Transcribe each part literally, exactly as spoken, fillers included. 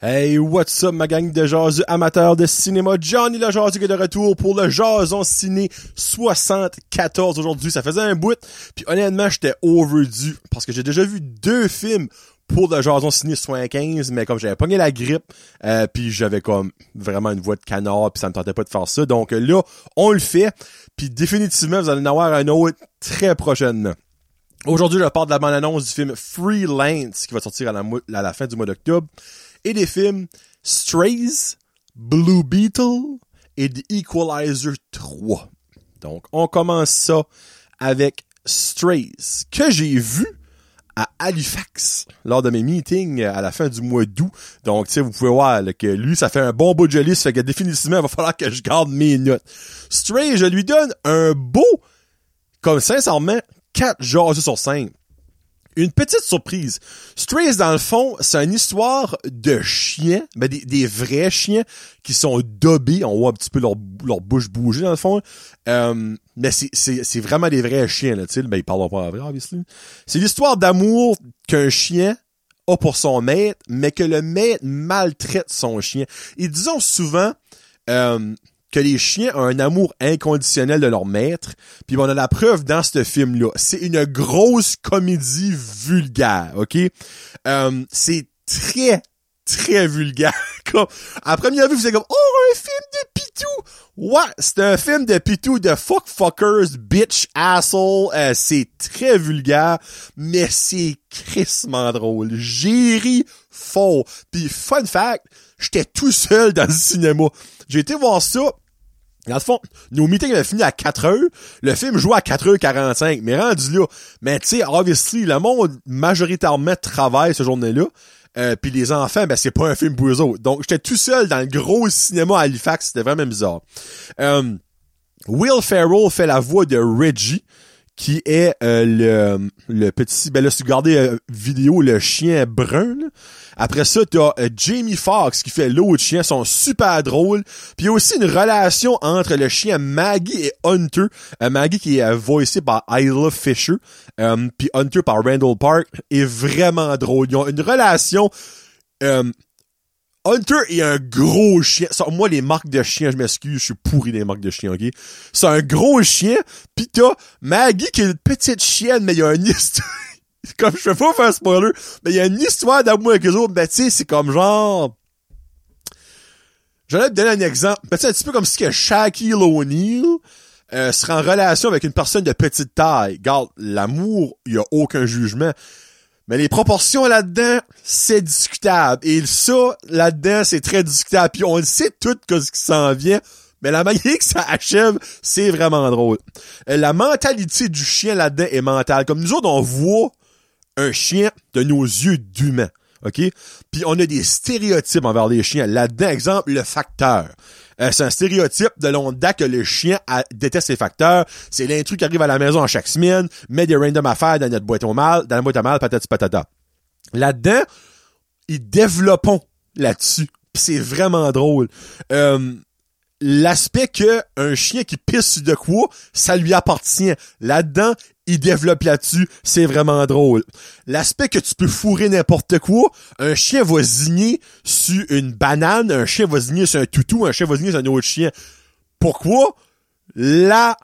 Hey, what's up ma gang de jaseux amateurs de cinéma? Johnny le jaseux qui est de retour pour le Jason Ciné soixante-quatorze aujourd'hui. Ça faisait un bout, puis honnêtement, j'étais overdue parce que j'ai déjà vu deux films pour le Jason Ciné soixante-quinze, mais comme j'avais pogné la grippe, euh, puis j'avais comme vraiment une voix de canard, puis ça me tentait pas de faire ça. Donc là, on le fait, puis définitivement, vous allez en avoir un autre très prochainement. Aujourd'hui, je parle de la bande-annonce du film Freelance qui va sortir à la, à la fin du mois d'octobre. Et des films Strays, Blue Beetle et The Equalizer trois. Donc, on commence ça avec Strays, que j'ai vu à Halifax lors de mes meetings à la fin du mois d'août. Donc, tu sais, vous pouvez voir là, que lui, ça fait un bon bout de joli, ça fait que définitivement, il va falloir que je garde mes notes. Strays, je lui donne un beau, comme sincèrement, quatre jaseux sur cinq. Une petite surprise. Strays, dans le fond, c'est une histoire de chiens, ben des, des vrais chiens qui sont dobés. On voit un petit peu leur, leur bouche bouger, dans le fond. Euh, mais c'est, c'est, c'est vraiment des vrais chiens, là, tu sais. Ben, ils parlent pas vrai, obviously. C'est l'histoire d'amour qu'un chien a pour son maître, mais que le maître maltraite son chien. Et disons souvent, euh, que les chiens ont un amour inconditionnel de leur maître, puis on a la preuve dans ce film-là. C'est une grosse comédie vulgaire, ok? Euh, c'est très, très vulgaire. Comme, à première vue, vous êtes comme, oh, un film de pitou! Ouais, c'est un film de pitou, de fuck fuckers, bitch, asshole. Euh, c'est très vulgaire, mais c'est crissement drôle. J'ai ri fort. Puis fun fact, j'étais tout seul dans le cinéma. J'ai été voir ça. Dans le fond, nos meetings avaient fini à quatre heures. Le film jouait à quatre heures quarante-cinq. Mais rendu là, mais tu sais, obviously, le monde majoritairement travaille ce journée-là. Euh, puis les enfants, ben c'est pas un film pour eux autres. Donc, j'étais tout seul dans le gros cinéma à Halifax. C'était vraiment bizarre. Euh, Will Ferrell fait la voix de Reggie, qui est euh, le le petit, ben là, si vous regardez euh, vidéo, le chien brun, là. Après ça, t'as euh, Jamie Foxx qui fait l'autre chien, ils sont super drôles. Puis il y a aussi une relation entre le chien Maggie et Hunter. Euh, Maggie qui est euh, voicée par Isla Fisher, euh, puis Hunter par Randall Park, est vraiment drôle. Ils ont une relation... Euh, Hunter est un gros chien. Ça, moi, les marques de chiens, je m'excuse, je suis pourri des marques de chiens, ok? C'est un gros chien, pis t'as Maggie qui est une petite chienne, mais il y a une histoire... Comme je fais pas faire spoiler, mais il y a une histoire d'amour avec les autres, ben tu sais, c'est comme genre... J'allais te donner un exemple. Ben, c'est un petit peu comme si que Shaquille O'Neal euh, serait en relation avec une personne de petite taille. Regarde, l'amour, il y a aucun jugement. Mais les proportions là-dedans, c'est discutable. Et ça, là-dedans, c'est très discutable. Puis on le sait tout ce qui s'en vient. Mais la manière que ça achève, c'est vraiment drôle. Euh, la mentalité du chien là-dedans est mentale. Comme nous autres, on voit un chien de nos yeux d'humain. OK? Puis on a des stéréotypes envers les chiens. Là-dedans, exemple, le facteur. Euh, c'est un stéréotype de l'onda que le chien a, déteste les facteurs. C'est l'intrus qui arrive à la maison à chaque semaine, met des random affaires dans notre boîte au mal, dans la boîte à mal, patati patata. Là-dedans, ils développent là-dessus. Puis c'est vraiment drôle. Euh, l'aspect que un chien qui pisse sur de quoi, ça lui appartient. Là-dedans, il développe là-dessus, c'est vraiment drôle. L'aspect que tu peux fourrer n'importe quoi, un chien va zigner sur une banane, un chien va zigner sur un toutou, un chien va zigner sur un autre chien. Pourquoi? La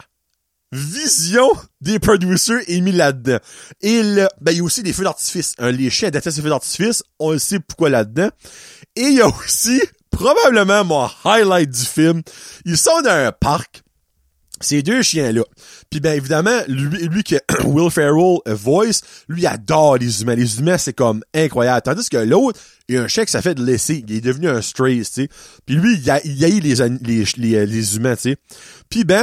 vision des producers est mise là-dedans. Et le, ben, il y a aussi des feux d'artifice. Hein, les chiens détestent les feux d'artifice, on le sait pourquoi là-dedans. Et il y a aussi, probablement mon highlight du film, ils sont dans un parc, ces deux chiens-là. Puis ben évidemment, lui, lui que Will Ferrell uh, voice, lui adore les humains. Les humains, c'est comme incroyable. Tandis que l'autre, il y a un chien qui s'est fait laisser. Il est devenu un stray, tu sais. Puis lui, il, a, il haït les, les, les, les humains, tu sais. Puis ben,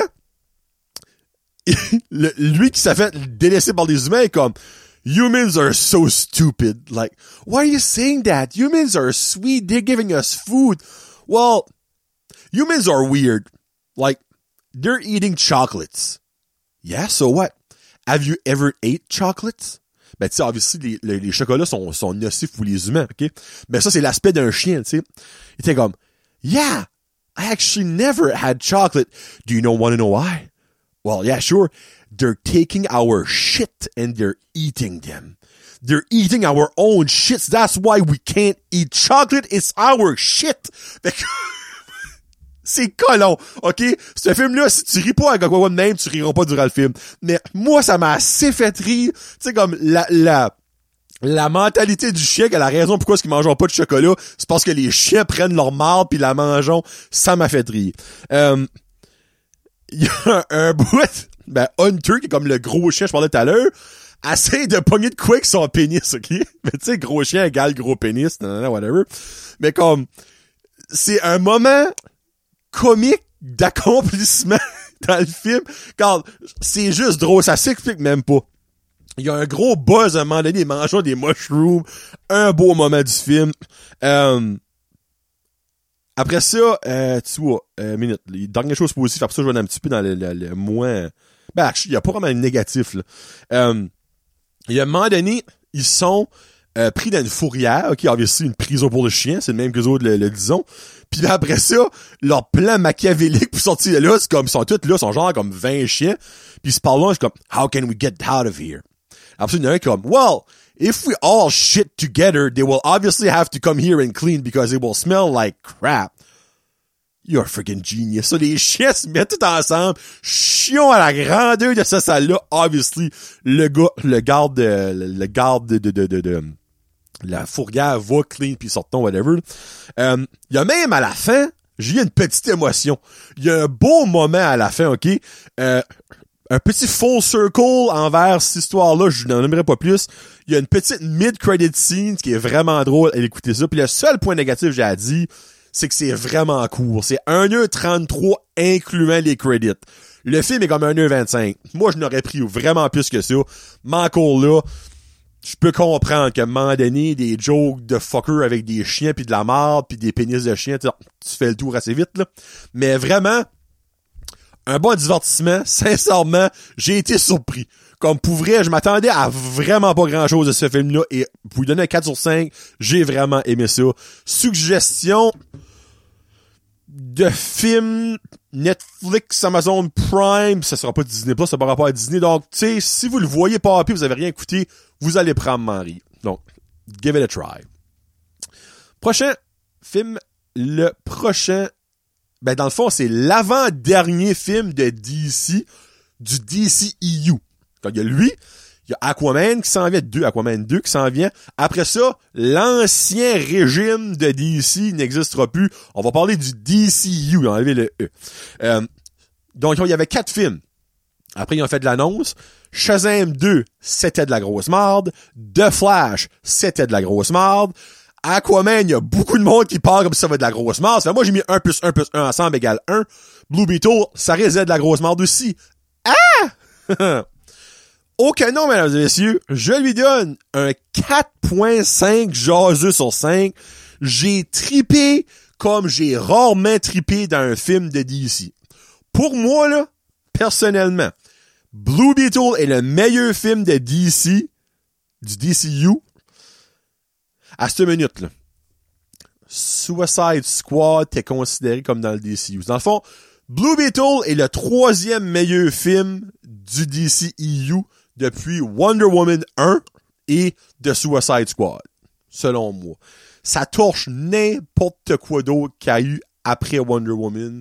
le, lui qui s'est fait délaisser par les humains est comme... Humans are so stupid. Like, why are you saying that? Humans are sweet. They're giving us food. Well, humans are weird. Like, they're eating chocolates. Yeah, so what? Have you ever ate chocolates? Ben, tu sais, obviously, les, les, les chocolats sont, sont nocifs pour les humains, ok? Mais ça, c'est l'aspect d'un chien, tu sais. Il était comme, yeah, I actually never had chocolate. Do you know, want to know why? Well, yeah, sure. They're taking our shit and they're eating them. they're eating our own shit. That's why we can't eat chocolate. It's our shit. Fait que c'est colon, ok? Ce film-là, si tu ris pas avec quoi de même, tu riras pas durant le film. Mais moi, ça m'a assez fait rire. Tu sais, comme la, la, la mentalité du chien, que la raison pourquoi est-ce qu'ils mangent pas de chocolat, c'est parce que les chiens prennent leur marde pis la mangent. Ça m'a fait rire. Euh, il y a un, un bout, ben, Hunter, qui est comme le gros chien, je parlais tout à l'heure, essaie de pogner de quoi avec son pénis, ok? Mais tu sais, gros chien égale gros pénis, nanana, whatever. Mais comme, c'est un moment comique d'accomplissement dans le film. Car c'est juste drôle, ça s'explique même pas. Il y a un gros buzz à un moment donné, mangeant des mushrooms, un beau moment du film. Euh, après ça, euh, tu vois, euh, minute, les dernières choses positives, après ça je vais un petit peu dans le, le, le moins... Ben, il y a pas vraiment un négatif, là. Euh, il y a un moment donné, ils sont euh, pris dans une fourrière, ok, obviously une prison pour le chien, c'est le même que les autres le, le disons. Puis après ça, leur plan machiavélique pour sortir de là, c'est comme, ils sont tous là, ils sont genre comme vingt chiens, puis ils se parlent là, c'est comme, how can we get out of here? Après ça, il y en a un comme, well, if we all shit together, they will obviously have to come here and clean because it will smell like crap. You're a freaking genius. Ça, les chiens se mettent tout ensemble, chions à la grandeur de cette salle-là. Obviously, le gars, le garde de, le garde de, de, de, de, de la fourrière va clean pis sortons, whatever. Euh, il y a même à la fin, j'ai eu une petite émotion. Il y a un beau moment à la fin, ok? Euh, un petit full circle envers cette histoire-là, je n'en aimerais pas plus. Il y a une petite mid-credit scene qui est vraiment drôle. Allez écouter ça. Puis le seul point négatif, j'ai à dire, c'est que c'est vraiment court. C'est une heure trente-trois incluant les credits. Le film est comme une heure vingt-cinq. Moi, je n'aurais pris vraiment plus que ça. Mais encore là, je peux comprendre qu'à un moment donné, des jokes de fucker avec des chiens pis de la marde pis des pénis de chiens, tu fais le tour assez vite, là. Mais vraiment, un bon divertissement, sincèrement, j'ai été surpris. Comme pour vrai, je m'attendais à vraiment pas grand chose de ce film-là et pour lui donner un quatre sur cinq, j'ai vraiment aimé ça. Suggestion de film Netflix, Amazon Prime, ça sera pas Disney Plus, ça par rapport à Disney. Donc, tu sais, si vous le voyez pas puis vous avez rien écouté, vous allez prendre Marie. Donc, give it a try. Prochain film, le prochain, ben dans le fond, c'est l'avant-dernier film de D C, du D C E U. Quand il y a lui, il y a Aquaman qui s'en vient, deux, Aquaman deux qui s'en vient. Après ça, l'ancien régime de D C n'existera plus. On va parler du D C U, ils ont enlevé le E. Euh, donc, il y avait quatre films. Après, ils ont fait de l'annonce. Shazam deux, c'était de la grosse marde. The Flash, c'était de la grosse marde. Aquaman, il y a beaucoup de monde qui parle comme si ça va être de la grosse marde. Ça fait, moi, j'ai mis un plus un plus un ensemble égale un. Blue Beetle, ça risque d'être de la grosse marde aussi. Ah! Aucun nom, mesdames et messieurs. Je lui donne un quatre point cinq jaseux sur cinq. J'ai tripé comme j'ai rarement tripé dans un film de D C. Pour moi, là, personnellement, Blue Beetle est le meilleur film de D C, du D C U, à cette minute-là. Suicide Squad est considéré comme dans le D C U. Dans le fond, Blue Beetle est le troisième meilleur film du D C E U depuis Wonder Woman un et The Suicide Squad, selon moi. Ça torche n'importe quoi d'autre qu'il y a eu après Wonder Woman.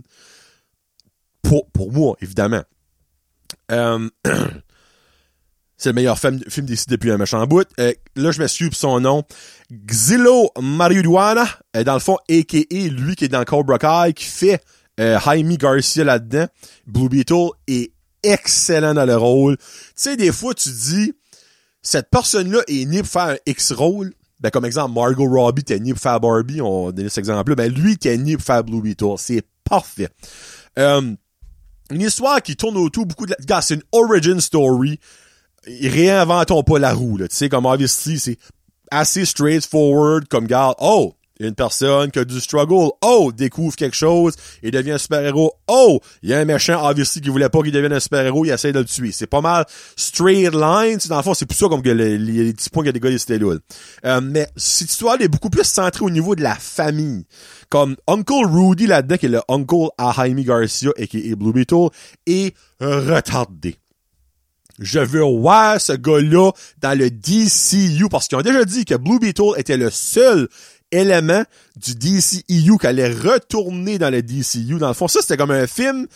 Pour, pour moi, évidemment. Euh, c'est le meilleur film, film D C depuis un méchant bout. Euh, là, je m'excuse pour son nom. Xilo Mariduana, euh, dans le fond, a k a lui qui est dans Cobra Kai, qui fait euh, Jaime Garcia là-dedans. Blue Beetle est excellent dans le rôle. Tu sais, des fois, tu dis, cette personne-là est née pour faire un X-rôle. Ben, comme exemple, Margot Robbie était née pour faire Barbie, on donne cet exemple-là. Ben, lui, était né pour faire Blue Beetle. C'est parfait. Euh, une histoire qui tourne autour beaucoup de la... Gars, c'est une origin story. Ils réinventons pas la roue, là. Tu sais, comme obviously, c'est assez straightforward, comme gars, oh, une personne qui a du struggle, oh, découvre quelque chose, il devient un super-héros, oh, il y a un méchant, obviously, qui voulait pas qu'il devienne un super-héros, il essaie de le tuer. C'est pas mal straight line, dans le fond, c'est pour ça comme que les, les, les petits points que les gars, ils étaient là. Euh, mais cette histoire est beaucoup plus centrée au niveau de la famille. Comme Uncle Rudy là-dedans, qui est le uncle à Jaime Garcia, aka Blue Beetle, est retardé. je veux voir ce gars-là dans le D C U parce qu'ils ont déjà dit que Blue Beetle était le seul élément du D C E U qui allait retourner dans le D C U. Dans le fond, ça, c'était comme un film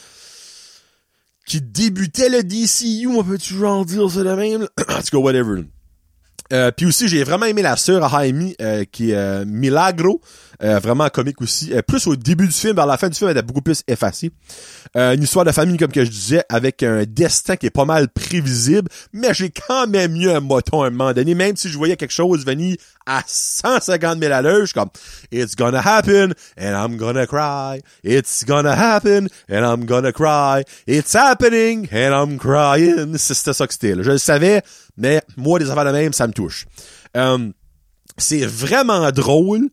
qui débutait le D C U, on peut toujours dire ça de même. En tout cas, whatever. Euh, puis aussi, j'ai vraiment aimé la sœur à Jaime, euh, qui est euh, Milagro, euh, vraiment comique aussi. Euh, plus au début du film, vers la fin du film, elle était beaucoup plus effacée. Euh, une histoire de famille, comme que je disais, avec un destin qui est pas mal prévisible, mais j'ai quand même eu un moton à un moment donné, même si je voyais quelque chose venir à cent cinquante mille à l'heure, je suis comme « It's gonna happen, and I'm gonna cry. It's gonna happen, and I'm gonna cry. It's happening, and I'm crying. » C'était ça que c'était, là. Je le savais, mais moi, des affaires de même, ça me touche. Euh, c'est vraiment drôle,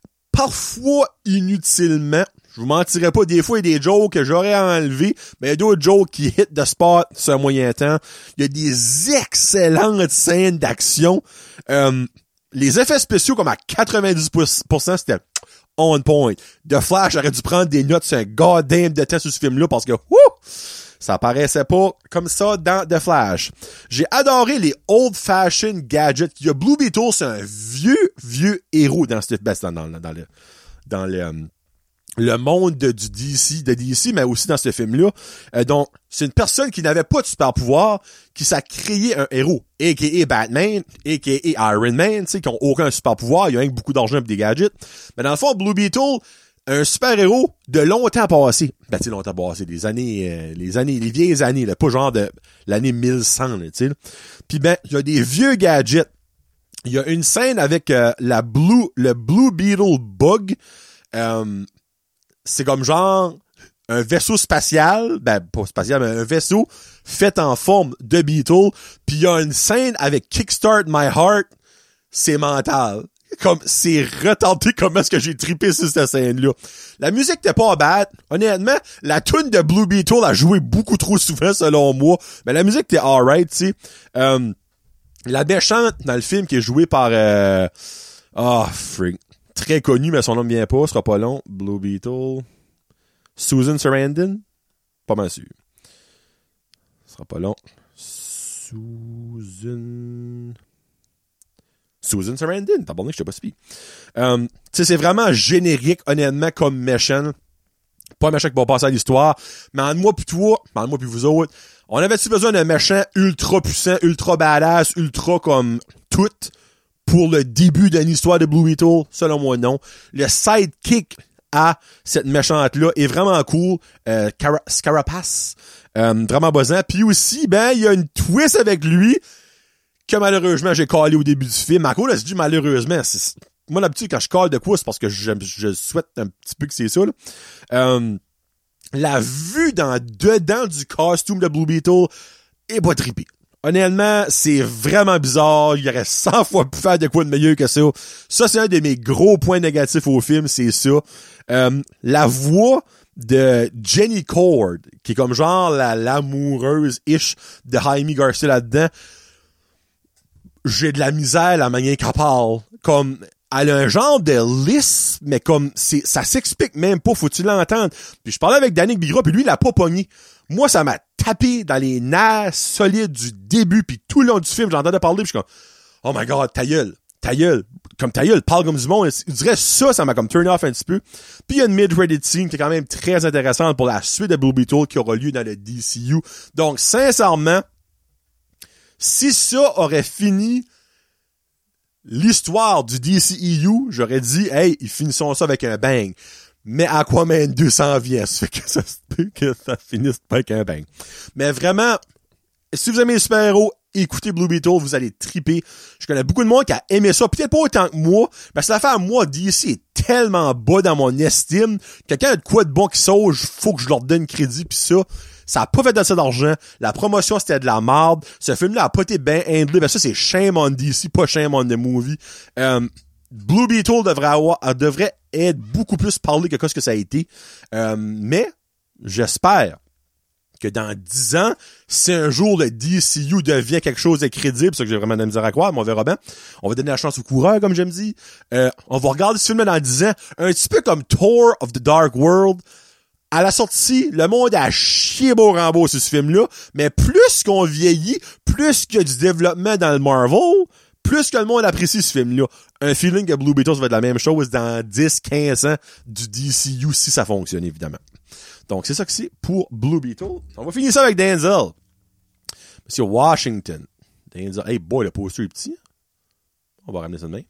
parfois inutilement. Je vous mentirais pas, des fois, il y a des jokes que j'aurais enlevés, mais il y a d'autres jokes qui hit the spot sur un moyen temps. Il y a des excellentes scènes d'action. Euh, les effets spéciaux, comme à quatre-vingt-dix pour cent, c'était on point. The Flash aurait dû prendre des notes sur un goddamn de test sur ce film-là parce que, wouh! Ça paraissait pas comme ça dans The Flash. J'ai adoré les old-fashioned gadgets. Il y a Blue Beetle, c'est un vieux, vieux héros dans ce dans, dans, dans le dans le, um, le monde de, du D C, de D C, mais aussi dans ce film-là. Euh, donc, c'est une personne qui n'avait pas de super pouvoir, qui s'est créé un héros, a k a. Batman, a k a. Iron Man, tu sais, qui ont aucun super pouvoir, il y a rien que beaucoup d'argent et des gadgets. Mais dans le fond, Blue Beetle, un super-héros de longtemps passé. Ben, tu sais, longtemps passé, des années, euh, les années, les vieilles années, là, pas genre de l'année mille cent, tu sais. Puis ben, il y a des vieux gadgets. Il y a une scène avec euh, la Blue, le Blue Beetle Bug. Euh, c'est comme genre un vaisseau spatial, ben pas spatial, mais un vaisseau fait en forme de Beetle. Puis il y a une scène avec Kickstart My Heart. C'est mental. Comme, c'est retardé comment est-ce que j'ai trippé sur cette scène-là. La musique t'es pas bad. Honnêtement, la tune de Blue Beetle a joué beaucoup trop souvent, selon moi. Mais la musique t'es alright, tu sais. Euh, la méchante dans le film qui est jouée par, euh, ah, oh, freak. Très connue, mais son nom vient pas, ce sera pas long. Blue Beetle. Susan Sarandon? Pas mal sûr. Ce sera pas long. Susan... Susan Sarandon, t'as bon, je t'ai pas suivi. Euh, tu sais, c'est vraiment générique, honnêtement, comme méchant. Pas un méchant qui va passer à l'histoire. Mais en moi pis toi, en moi pis vous autres, on avait-tu besoin d'un méchant ultra puissant, ultra badass, ultra comme tout pour le début d'une histoire de Blue Beetle? Selon moi, non. Le sidekick à cette méchante-là est vraiment cool. Euh, Cara- Scarapace. Euh, vraiment buzzant. Puis aussi, ben, il y a une twist avec lui que malheureusement j'ai calé au début du film. À cause, là, je dis malheureusement. C'est... Moi, d'habitude, quand je cale de quoi, c'est parce que je, je souhaite un petit peu que c'est ça, là. Euh, la vue dans dedans du costume de Blue Beetle est pas trippée. Honnêtement, c'est vraiment bizarre. Il y aurait cent fois pu faire de quoi de meilleur que ça. Ça, c'est un de mes gros points négatifs au film, c'est ça. Euh, la voix de Jenny Cord, qui est comme genre la, l'amoureuse-ish de Jaime Garcia là-dedans, j'ai de la misère la manière qu'elle parle. Comme, elle a un genre de lisp, mais comme, c'est, ça s'explique même pas, faut-tu l'entendre. Puis je parlais avec Danick Bigra, puis lui, il a pas pogné. Moi, ça m'a tapé dans les nerfs solides du début, puis tout le long du film, j'entendais parler, puis je suis comme, oh my god, ta gueule, ta gueule, comme ta gueule, parle comme du monde. Je dirais ça, ça m'a comme turn off un petit peu. Puis il y a une mid-credit scene qui est quand même très intéressante pour la suite de Blue Beetle qui aura lieu dans le D C U. Donc, sincèrement, si ça aurait fini l'histoire du D C E U, j'aurais dit, hey, ils finissons ça avec un bang. Mais Aquaman deux s'en vient, ça fait que ça se peut que ça finisse pas avec un bang. Mais vraiment, si vous aimez les super-héros, écoutez Blue Beetle, vous allez triper. Je connais beaucoup de monde qui a aimé ça, peut-être pas autant que moi, parce que l'affaire à moi, D C est tellement bas dans mon estime, quelqu'un a de quoi de bon qui sauge, faut que je leur donne crédit, pis ça, ça a pas fait assez d'argent. La promotion, c'était de la merde. Ce film-là a pas été bien handlé. Ben ça, c'est shame on D C, pas shame on the movie. Euh, Blue Beetle devrait avoir, devrait être beaucoup plus parlé que ce que ça a été. Euh, mais, j'espère que dans dix ans, si un jour le D C U devient quelque chose de crédible, c'est ça que j'ai vraiment de la misère à croire, mais on verra bien. On va donner la chance aux coureurs, comme j'aime dire. Euh, on va regarder ce film-là dans dix ans, un petit peu comme Thor of the Dark World. À la sortie, le monde a chié beau rambo sur ce film-là, mais plus qu'on vieillit, plus qu'il y a du développement dans le Marvel, plus que le monde apprécie ce film-là. Un feeling que Blue Beetle va être la même chose dans dix, quinze ans du D C U si ça fonctionne, évidemment. Donc, c'est ça que c'est pour Blue Beetle. On va finir ça avec Denzel. Monsieur Washington. Denzel. Hey boy, le poster est petit. On va ramener ça demain.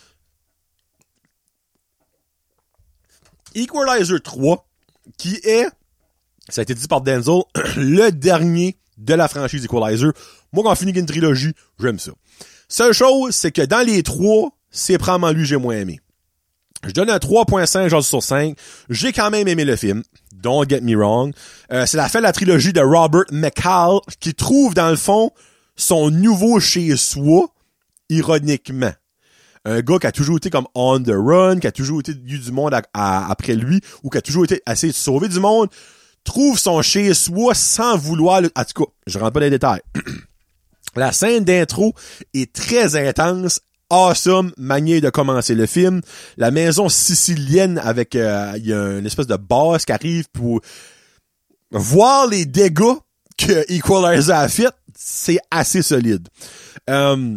Equalizer trois, qui est, ça a été dit par Denzel, le dernier de la franchise Equalizer. Moi, quand on finit une trilogie, j'aime ça. Seule chose, c'est que dans les trois, c'est probablement lui que j'ai moins aimé. Je donne un trois virgule cinq genre sur cinq. J'ai quand même aimé le film. Don't get me wrong. Euh, c'est la fin de la trilogie de Robert McCall qui trouve, dans le fond, son nouveau chez-soi, ironiquement. Un gars qui a toujours été comme on the run, qui a toujours été eu du monde à, à, après lui, ou qui a toujours été essayé de sauver du monde, trouve son chez-soi sans vouloir... Le... En tout cas, je rentre pas dans les détails. La scène d'intro est très intense, awesome manière de commencer le film. La maison sicilienne avec... Euh, il y a une espèce de boss qui arrive pour voir les dégâts que Equalizer a fait, c'est assez solide. Euh...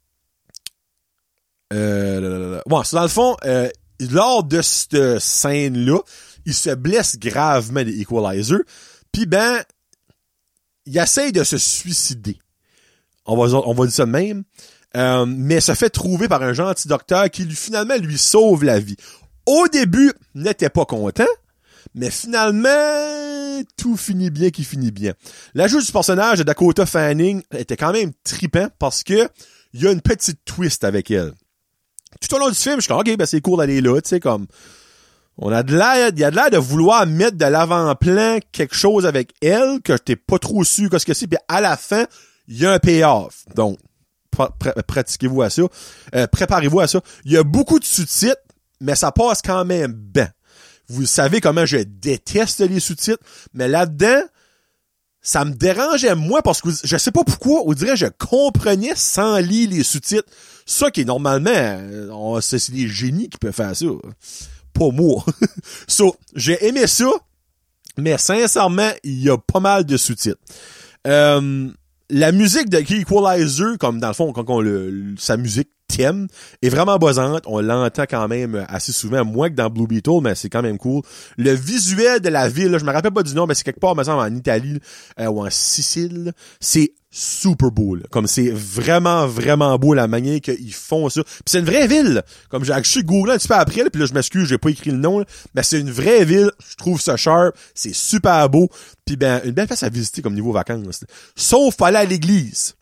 Euh, bon, c'est dans le fond, euh, lors de cette scène-là, il se blesse gravement des Equalizer, puis ben, il essaye de se suicider. On va, on va dire ça de même. Euh, mais se fait trouver par un gentil docteur qui lui, finalement lui sauve la vie. Au début, n'était pas content, mais finalement, tout finit bien qui finit bien. L'ajout du personnage de Dakota Fanning était quand même trippant parce que il y a une petite twist avec elle. Tout au long du film, je suis comme, ok, ben c'est cool d'aller là, tu sais, comme, on a de l'air, il y a de l'air de vouloir mettre de l'avant-plan quelque chose avec elle, que t'es pas trop sûr qu'est-ce que c'est, puis à la fin, il y a un payoff. Donc, pr- pr- pratiquez-vous à ça, euh, préparez-vous à ça. Il y a beaucoup de sous-titres, mais ça passe quand même bien. Vous savez comment je déteste les sous-titres, mais là-dedans, ça me dérangeait moins parce que je sais pas pourquoi, on dirait que je comprenais sans lire les sous-titres. Ça qui est normalement, on, c'est, c'est des génies qui peuvent faire ça. Pas moi. So, j'ai aimé ça, mais sincèrement, il y a pas mal de sous-titres. Euh, la musique de Equalizer, comme dans le fond, quand on le, le sa musique thème, est vraiment buzzante. On l'entend quand même assez souvent, moins que dans Blue Beetle, mais c'est quand même cool. Le visuel de la ville, là, je me rappelle pas du nom, mais c'est quelque part, me semble, en Italie euh, ou en Sicile. C'est super beau, là. Comme c'est vraiment, vraiment beau la manière qu'ils font ça. Puis c'est une vraie ville. Comme j'ai, je suis googlé un petit peu après, là, puis là, je m'excuse, j'ai pas écrit le nom, là, mais c'est une vraie ville. Je trouve ça sharp. C'est super beau. Puis ben, une belle place à visiter comme niveau vacances. Là. Sauf aller à l'église.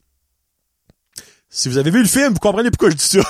Si vous avez vu le film, vous comprenez pourquoi je dis ça.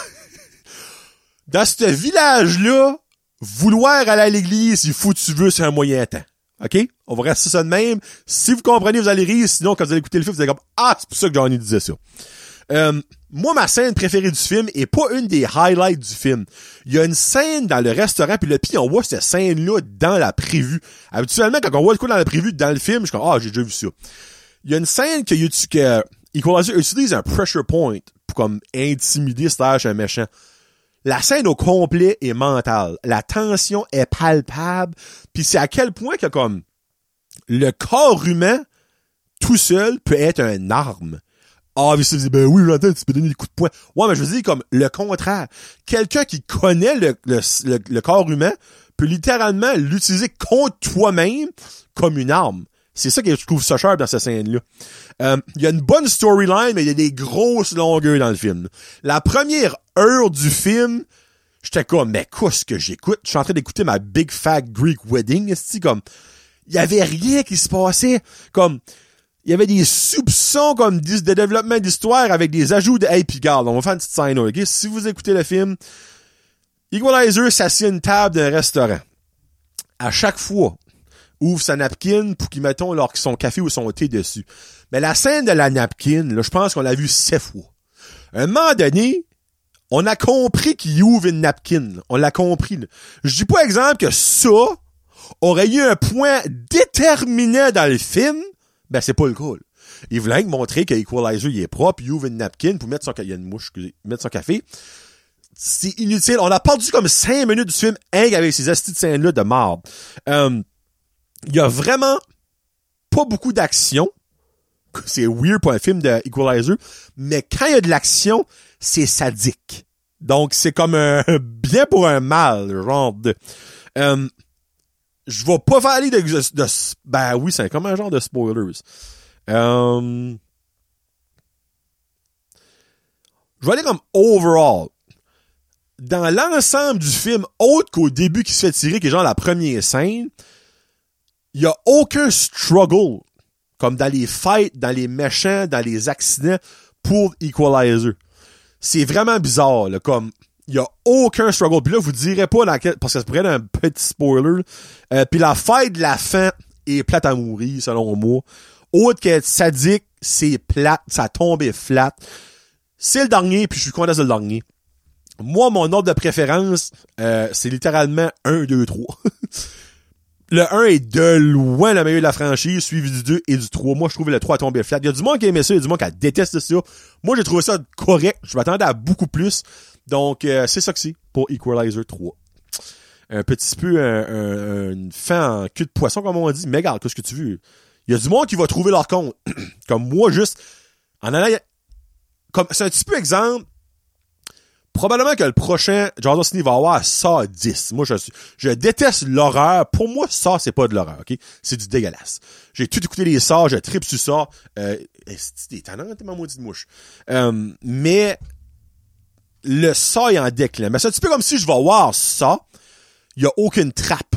Dans ce village-là, vouloir aller à l'église, il faut que tu veux, c'est un moyen temps. OK? On va rester ça de même. Si vous comprenez, vous allez rire. Sinon, quand vous allez écouter le film, vous allez comme, ah, c'est pour ça que Johnny disait ça. Euh, moi, ma scène préférée du film est pas une des highlights du film. Il y a une scène dans le restaurant, puis le pire, on voit cette scène-là dans la prévue. Habituellement, quand on voit le coup dans la prévue, dans le film, je suis comme, ah, j'ai déjà vu ça. Il y a une scène que, que Equalizer utilise un pressure point pour comme intimider slash un méchant. La scène au complet est mentale. La tension est palpable. Puis c'est à quel point que comme le corps humain tout seul peut être une arme. Ah, mais c'est ben oui, j'entends, tu peux donner des coups de poing. Ouais, mais je veux dire comme le contraire. Quelqu'un qui connaît le, le, le, le corps humain peut littéralement l'utiliser contre toi-même comme une arme. C'est ça que je trouve ça sharp dans cette scène-là. Euh, il y a une bonne storyline, mais il y a des grosses longueurs dans le film. La première heure du film, j'étais comme, mais qu'est-ce que j'écoute? Je suis en train d'écouter ma Big Fat Greek Wedding, c'est comme, il y avait rien qui se passait. Comme, il y avait des soupçons comme de développement d'histoire avec des ajouts de, hey, pis garde, on va faire une petite scène, ok? Si vous écoutez le film, Equalizer s'assied à une table d'un restaurant. À chaque fois, ouvre sa napkin pour qu'ils mettent leur, son café ou son thé dessus. Mais la scène de la napkin, là, je pense qu'on l'a vu sept fois. À un moment donné, on a compris qu'il ouvre une napkin. On l'a compris, là. Je dis pas, exemple, que ça aurait eu un point déterminant dans le film. Ben, c'est pas le cas, là. Il voulait montrer que Equalizer, il est propre, il ouvre une napkin pour mettre son, il y a une mouche, mettre son café. C'est inutile. On a perdu comme cinq minutes du film, hein, avec ces astuces de scène-là de marde. Euh, il y a vraiment pas beaucoup d'action. C'est weird pour un film de Equalizer, mais quand il y a de l'action, c'est sadique. Donc, c'est comme un bien pour un mal, genre de... Euh, je vais pas aller de, de, de... Ben oui, c'est comme un genre de spoilers. Euh, je vais aller comme overall. Dans l'ensemble du film, autre qu'au début qui se fait tirer, qui est genre la première scène, il y a aucun struggle, comme dans les fights, dans les méchants, dans les accidents, pour Equalizer. C'est vraiment bizarre, là, comme, il y a aucun struggle. Puis là, vous direz pas dans quel, parce que ça pourrait être un petit spoiler. Euh, puis la fight de la fin est plate à mourir, selon moi. Autre qu'être sadique, c'est plate, ça tombe flat. C'est le dernier, puis je suis content de le dernier. Moi, mon ordre de préférence, euh, c'est littéralement un, deux, trois. Le un est de loin le meilleur de la franchise, suivi du deux et du trois. Moi, je trouvais le trois tomber flat. Il y a du monde qui aimait ça, il y a du monde qui déteste ça. Moi, j'ai trouvé ça correct. Je m'attendais à beaucoup plus. Donc, euh, c'est ça que c'est pour Equalizer trois. Un petit peu un, un, une fin en cul de poisson, comme on dit. Mais regarde, qu'est-ce que tu veux? Il y a du monde qui va trouver leur compte. Comme moi, juste, en allant, comme, c'est un petit peu exemple. Probablement que le prochain Jason Ciné va avoir Saw dix. Moi, je je déteste l'horreur. Pour moi, ça, c'est pas de l'horreur, ok? C'est du dégueulasse. J'ai tout écouté les Saw, je tripe sur ça. Euh, c'est étonnant, t'es ma maudite mouche. Euh, mais, le Saw est en déclin. Mais c'est un petit peu comme si je vais voir ça. Il y a aucune trappe.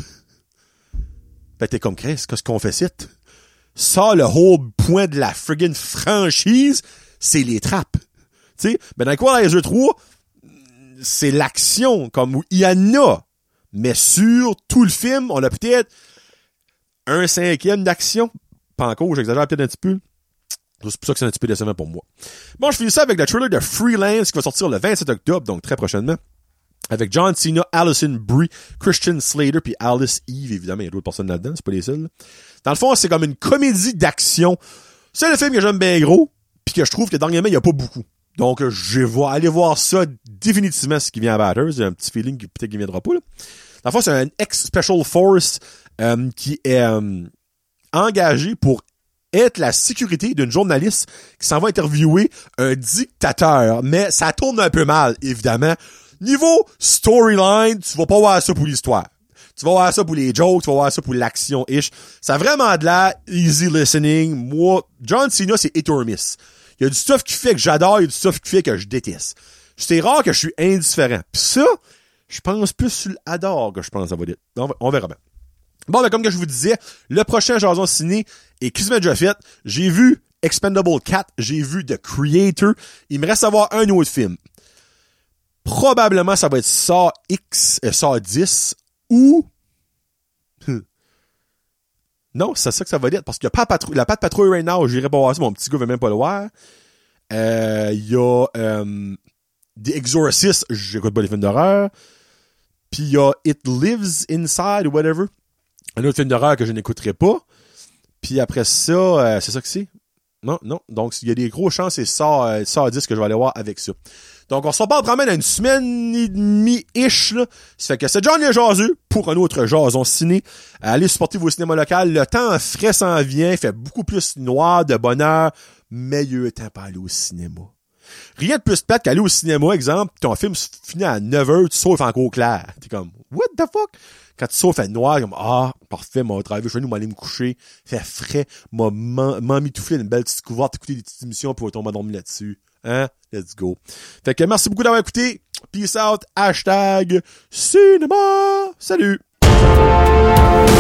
Ben, t'es comme Chris, qu'est-ce qu'on fait ici? Ça, le whole point de la friggin' franchise, c'est les trappes. Tu sais, ben, dans Equalizer trois, c'est l'action, comme il y en a. Mais sur tout le film, on a peut-être un cinquième d'action. Pas encore, j'exagère peut-être un petit peu. C'est pour ça que c'est un petit peu décevant pour moi. Bon, je finis ça avec le trailer de Freelance qui va sortir le vingt-sept octobre, donc très prochainement. Avec John Cena, Alison Brie, Christian Slater, puis Alice Eve, évidemment, il y a d'autres personnes là-dedans, c'est pas les seuls. Dans le fond, c'est comme une comédie d'action. C'est le film que j'aime bien gros, puis que je trouve que dernièrement, il y a pas beaucoup. Donc, je vais aller voir ça définitivement ce qui vient à Batters. J'ai un petit feeling que peut-être qu'il viendra pas, là. Dans le fond, c'est un ex-Special Force euh, qui est euh, engagé pour être la sécurité d'une journaliste qui s'en va interviewer un dictateur. Mais ça tourne un peu mal, évidemment. Niveau storyline, tu vas pas voir ça pour l'histoire. Tu vas voir ça pour les jokes, tu vas voir ça pour l'action-ish. Ça a vraiment de la easy listening. Moi, John Cena, c'est hit or miss. Il y a du stuff qui fait que j'adore, il y a du stuff qui fait que je déteste. C'est rare que je suis indifférent. Pis ça, je pense plus sur l'adore que je pense ça va dire. On, on verra bien. Bon, ben, comme que je vous disais, le prochain Jason Ciné est quasiment déjà fait. J'ai vu Expendable quatre, j'ai vu The Creator. Il me reste à voir un autre film. Probablement, ça va être Saw X, euh, Saw dix, ou... Non, c'est ça que ça va dire, parce qu'il y a pas patrou- la patte patrouille right now, j'irai pas voir ça, mon petit gars veut même pas le voir. Euh, il y a, euh, The Exorcist, j'écoute pas les films d'horreur. Puis il y a It Lives Inside, ou whatever. Un autre film d'horreur que je n'écouterai pas. Puis après ça, euh, c'est ça que c'est? Non, non. Donc, il y a des grosses chances, c'est ça, euh, ça à dix que je vais aller voir avec ça. Donc, on se reparle probablement dans une semaine et demie-ish, là. Ça fait que c'est Johnny Jaseux pour un autre Jason Ciné. Allez supporter vos cinémas locaux. Le temps frais s'en vient. Il fait beaucoup plus noir, de bonheur. Meilleur temps pour aller au cinéma. Rien de plus plate qu'aller au cinéma, exemple, ton film finit à neuf heures, tu sauves encore clair. T'es comme, what the fuck? Quand tu sauves fait noir, comme, ah, parfait, m'a travaillé chez nous, m'aller me coucher, fait frais, m'a, m'a mitouflé une belle petite couverte, écouter des petites émissions pour tomber endormi là-dessus. Hein? Let's go. Fait que merci beaucoup d'avoir écouté. Peace out. Hashtag cinéma. Salut.